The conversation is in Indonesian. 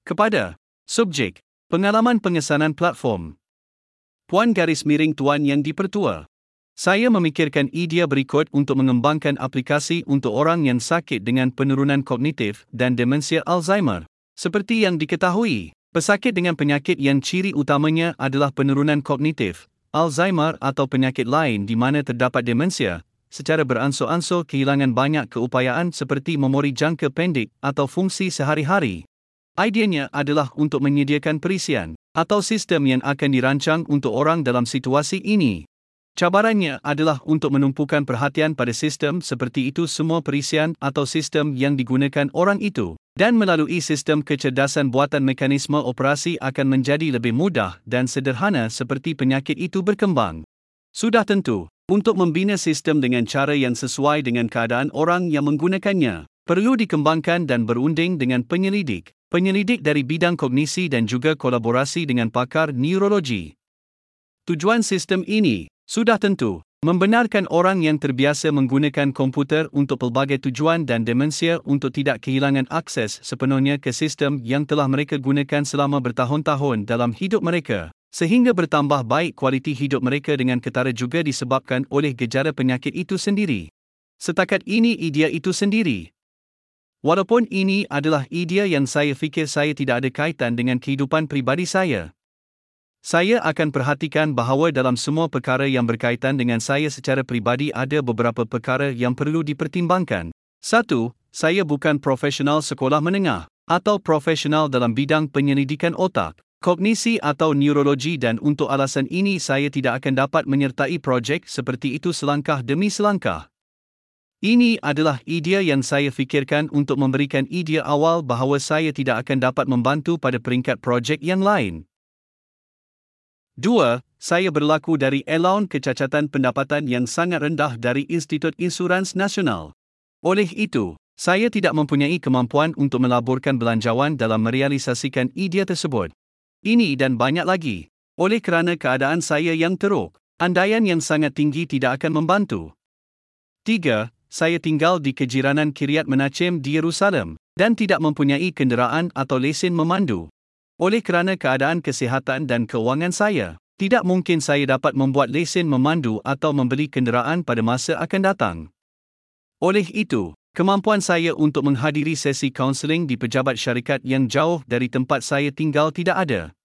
Kepada subjek, pengalaman pengesanan platform. Puan Tuan Yang Dipertua. Saya memikirkan idea berikut untuk mengembangkan aplikasi untuk orang yang sakit dengan penurunan kognitif dan demensia Alzheimer. Seperti yang diketahui, pesakit dengan penyakit yang ciri utamanya adalah penurunan kognitif, Alzheimer atau penyakit lain di mana terdapat demensia, secara beransur-ansur kehilangan banyak keupayaan seperti memori jangka pendek atau fungsi sehari-hari. Ideanya adalah untuk menyediakan perisian atau sistem yang akan dirancang untuk orang dalam situasi ini. Cabarannya adalah untuk menumpukan perhatian pada sistem seperti itu semua perisian atau sistem yang digunakan orang itu, dan melalui sistem kecerdasan buatan mekanisme operasi akan menjadi lebih mudah dan sederhana seperti penyakit itu berkembang. Sudah tentu, untuk membina sistem dengan cara yang sesuai dengan keadaan orang yang menggunakannya, perlu dikembangkan dan berunding dengan penyelidik dari bidang kognisi dan juga kolaborasi dengan pakar neurologi. Tujuan sistem ini sudah tentu membenarkan orang yang terbiasa menggunakan komputer untuk pelbagai tujuan dan demensia untuk tidak kehilangan akses sepenuhnya ke sistem yang telah mereka gunakan selama bertahun-tahun dalam hidup mereka, sehingga bertambah baik kualiti hidup mereka dengan ketara juga disebabkan oleh gejala penyakit itu sendiri. Setakat ini idea itu sendiri. Walaupun ini adalah idea yang saya fikir saya tidak ada kaitan dengan kehidupan pribadi saya. Saya akan perhatikan bahawa dalam semua perkara yang berkaitan dengan saya secara pribadi ada beberapa perkara yang perlu dipertimbangkan. 1. Saya bukan profesional sekolah menengah atau profesional dalam bidang penyelidikan otak, kognisi atau neurologi dan untuk alasan ini saya tidak akan dapat menyertai projek seperti itu selangkah demi selangkah. Ini adalah idea yang saya fikirkan untuk memberikan idea awal bahawa saya tidak akan dapat membantu pada peringkat projek yang lain. 2. Saya berlaku dari Allowance Kecacatan Pendapatan yang sangat rendah dari Institut Insurans Nasional. Oleh itu, saya tidak mempunyai kemampuan untuk melaburkan belanjawan dalam merealisasikan idea tersebut. Ini dan banyak lagi. Oleh kerana keadaan saya yang teruk, andaian yang sangat tinggi tidak akan membantu. 3. Saya tinggal di kejiranan Kiryat Menachem di Yerusalem dan tidak mempunyai kenderaan atau lesen memandu. Oleh kerana keadaan kesihatan dan keuangan saya, tidak mungkin saya dapat membuat lesen memandu atau membeli kenderaan pada masa akan datang. Oleh itu, kemampuan saya untuk menghadiri sesi kaunseling di pejabat syarikat yang jauh dari tempat saya tinggal tidak ada.